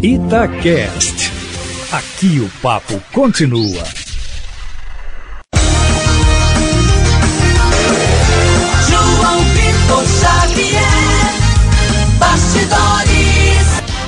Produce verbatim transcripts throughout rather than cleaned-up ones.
Itacast. Aqui o papo continua. João Vitor Xavier, Bastidores.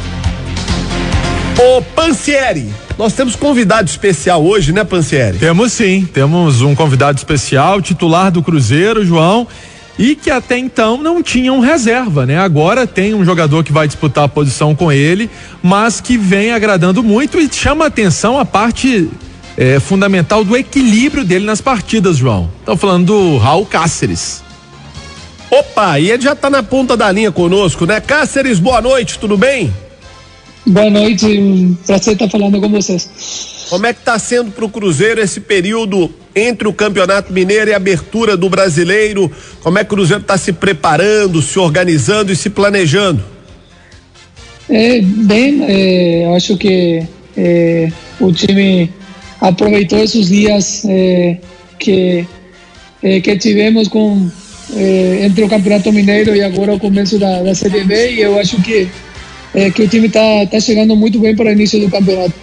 Ô Pansieri, nós temos convidado especial hoje, né, Pansieri? Temos sim, temos um convidado especial, titular do Cruzeiro, João, e que até então não tinha um reserva, né? Agora tem um jogador que vai disputar a posição com ele, mas que vem agradando muito e chama a atenção a parte é, fundamental do equilíbrio dele nas partidas, João. Estão falando do Raul Cáceres. Opa, e ele já tá na ponta da linha conosco, né? Cáceres, boa noite, tudo bem? Boa noite, um prazer estar falando com vocês. Como é que tá sendo pro Cruzeiro esse período entre o Campeonato Mineiro e a abertura do Brasileiro? Como é que o Cruzeiro tá se preparando, se organizando e se planejando? É, bem, é, eu acho que é, o time aproveitou esses dias é, que, é, que tivemos com, é, entre o Campeonato Mineiro e agora o começo da, da Série B, e eu acho que É que o time está tá chegando muito bem para o início do campeonato.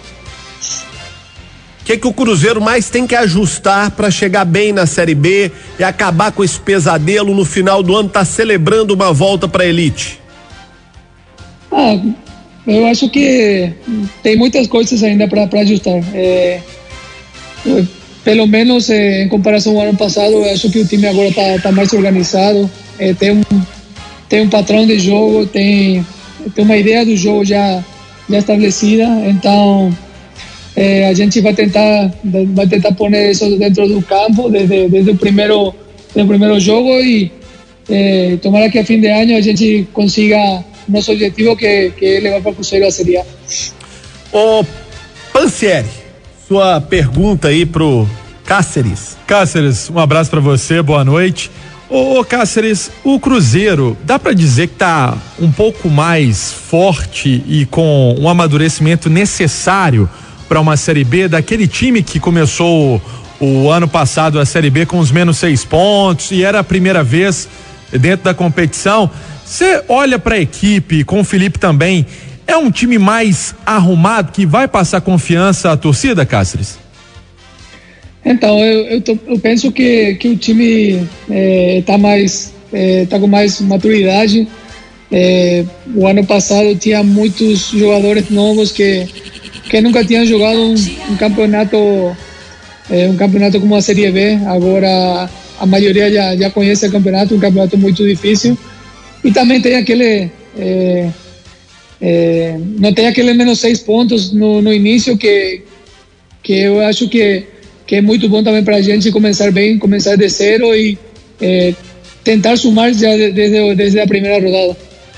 O que, que o Cruzeiro mais tem que ajustar para chegar bem na Série B e acabar com esse pesadelo no final do ano, tá celebrando uma volta para a elite? Ah, eu acho que tem muitas coisas ainda para ajustar. É, pelo menos é, em comparação ao ano passado, eu acho que o time agora está tá mais organizado, é, tem, um, tem um patrão de jogo, tem tem uma ideia do jogo já, já estabelecida, então é, a gente vai tentar vai tentar pôr isso dentro do campo desde, desde, o, primeiro, desde o primeiro jogo e é, tomara que a fim de ano a gente consiga nosso objetivo, que, que é levar para o Cruzeiro a Série A. Ô Pansieri, sua pergunta aí pro Cáceres. Cáceres, um abraço para você, boa noite. Ô, ô Cáceres, o Cruzeiro, dá pra dizer que tá um pouco mais forte e com um amadurecimento necessário para uma Série B, daquele time que começou o, o ano passado a Série B com os menos seis pontos e era a primeira vez dentro da competição? Você olha pra equipe, com o Felipe também, é um time mais arrumado que vai passar confiança à torcida, Cáceres? Então, eu, eu, tô, eu penso que, que o time está é, mais é, tá com mais maturidade. É, o ano passado tinha muitos jogadores novos que, que nunca tinham jogado um, um campeonato é, um campeonato como a Série B. Agora a maioria já, já conhece o campeonato, um campeonato muito difícil. E também tem aquele é, é, não tem aquele menos seis pontos no, no início que, que eu acho que que é muito bom também para a gente começar bem, começar de zero e é, tentar sumar já desde, desde a primeira rodada.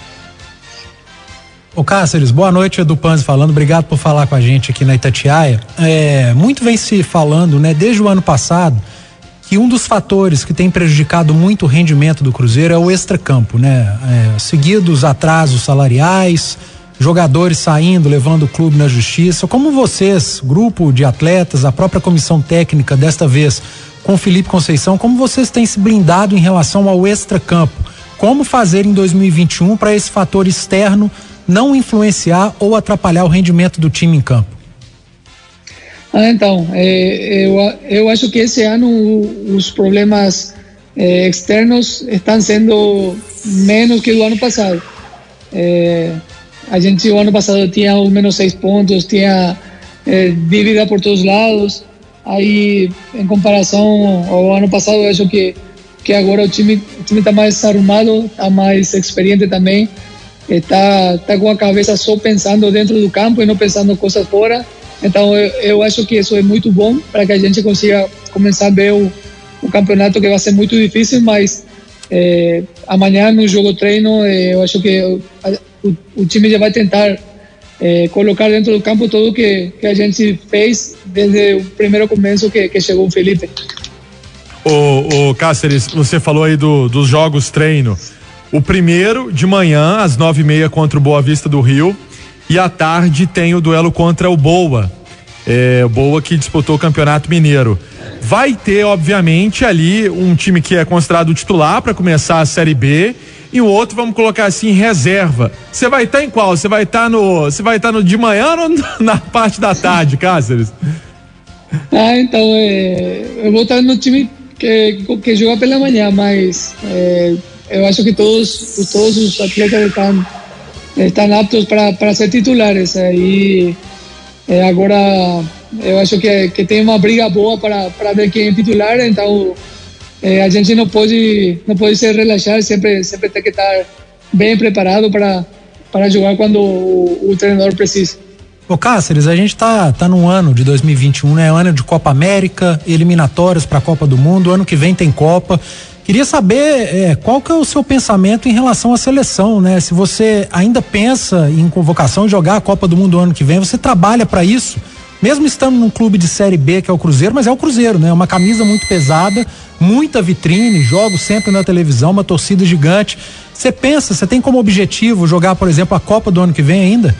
Ô Cáceres, boa noite, Edu Panzi falando, obrigado por falar com a gente aqui na Itatiaia. É, muito vem se falando, né, desde o ano passado, que um dos fatores que tem prejudicado muito o rendimento do Cruzeiro é o extracampo, né, é, seguidos atrasos salariais, jogadores saindo, levando o clube na justiça. Como vocês, grupo de atletas, a própria comissão técnica, desta vez com o Felipe Conceição, como vocês têm se blindado em relação ao extracampo? Como fazer em dois mil e vinte e um para esse fator externo não influenciar ou atrapalhar o rendimento do time em campo? Ah, então, é, eu, eu acho que esse ano os problemas é, externos estão sendo menos que o ano passado. É, A gente o ano passado tinha os menos seis pontos, tinha eh, dívida por todos os lados. Aí, em comparação ao ano passado, eu acho que, que agora o time o time está mais arrumado, está mais experiente também. Está tá com a cabeça só pensando dentro do campo e não pensando coisas fora. Então, eu, eu acho que isso é muito bom para que a gente consiga começar a ver o, o campeonato, que vai ser muito difícil, mas eh, amanhã no jogo treino, eh, eu acho que O, o time já vai tentar eh, colocar dentro do campo tudo o que, que a gente fez desde o primeiro começo que, que chegou o Felipe. Ô, ô Cáceres, você falou aí do, dos jogos treino. O primeiro de manhã, às nove e meia, contra o Boa Vista do Rio, e à tarde tem o duelo contra o Boa. É, o Boa que disputou o Campeonato Mineiro. Vai ter, obviamente, ali um time que é considerado titular para começar a Série B e o outro, vamos colocar assim, reserva. Você vai estar tá em qual? Você vai estar tá no, você vai estar tá no de manhã ou na parte da tarde, Cáceres? Ah, então, é, eu vou estar no time que, que joga pela manhã, mas é, eu acho que todos, todos os atletas estão, estão aptos para, para ser titulares. Aí, é, agora, eu acho que, que tem uma briga boa para, para ver quem é titular, então é, a gente não pode, não pode se relaxar, sempre, sempre tem que estar bem preparado para, para jogar quando o, o treinador precisa. Ô Cáceres, a gente tá, tá num ano de dois mil e vinte e um, né? Ano de Copa América, eliminatórias para a Copa do Mundo, ano que vem tem Copa. Queria saber é, qual que é o seu pensamento em relação à seleção, né? Se você ainda pensa em convocação, jogar a Copa do Mundo ano que vem, você trabalha para isso, mesmo estando num clube de Série B que é o Cruzeiro, mas é o Cruzeiro, né? Uma camisa muito pesada, muita vitrine, jogos sempre na televisão, uma torcida gigante. Você pensa, você tem como objetivo jogar, por exemplo, a Copa do ano que vem ainda?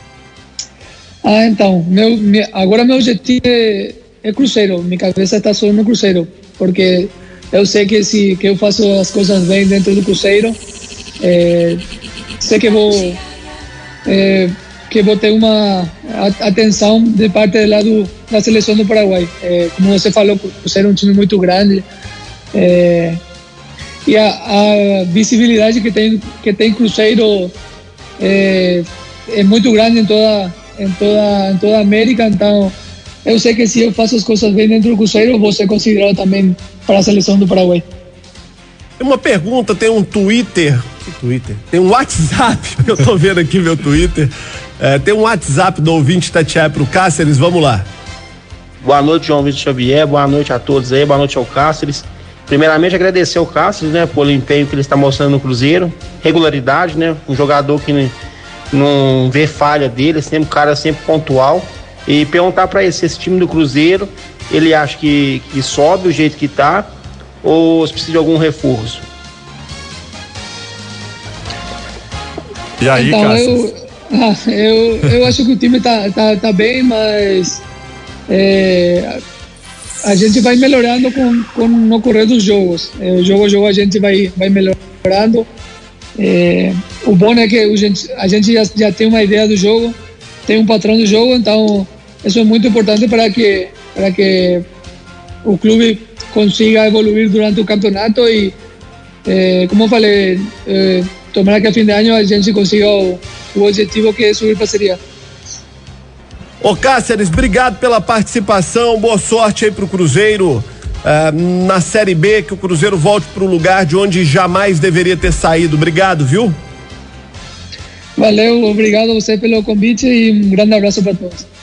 Ah, então, meu, meu, agora meu objetivo é, é Cruzeiro, minha cabeça está só no Cruzeiro, porque eu sei que se que eu faço as coisas bem dentro do Cruzeiro, é, sei que vou é, que vou ter uma atenção de parte do lado da seleção do Paraguai. É, como você falou, o Cruzeiro é um time muito grande, é, e a, a visibilidade que tem que tem Cruzeiro é, é muito grande em toda em toda, em toda a América, então eu sei que se eu faço as coisas bem dentro do Cruzeiro, vou ser considerado também para a seleção do Paraguai. Tem uma pergunta, tem um Twitter, que Twitter? Tem um WhatsApp, eu tô vendo aqui meu Twitter, é, tem um WhatsApp do ouvinte Itatiaia pro Cáceres, vamos lá. Boa noite, João Vitor Xavier, boa noite a todos aí, boa noite ao Cáceres. Primeiramente agradecer ao Cáceres, né, pelo empenho que ele está mostrando no Cruzeiro, regularidade, né, um jogador que não vê falha dele, sempre um cara sempre pontual, e perguntar para ele se esse time do Cruzeiro ele acha que, que sobe do jeito que tá ou se precisa de algum reforço. E aí, então, Cáceres? eu, ah, eu, eu acho que o time tá, tá, tá bem, mas é, a gente vai melhorando com, com no correr dos jogos. É, jogo a jogo a gente vai, vai melhorando. É, o bom é que a gente, a gente já, já tem uma ideia do jogo, tem um patrão do jogo, então isso é muito importante para que, para que o clube consiga evoluir durante o campeonato e, é, como eu falei, é, tomara que a fim de ano a gente consiga o, o objetivo que é subir para a Série A. Ô Cáceres, obrigado pela participação, boa sorte aí pro Cruzeiro. Uh, na Série B, que o Cruzeiro volte para o lugar de onde jamais deveria ter saído. Obrigado, viu? Valeu, obrigado a você pelo convite e um grande abraço para todos.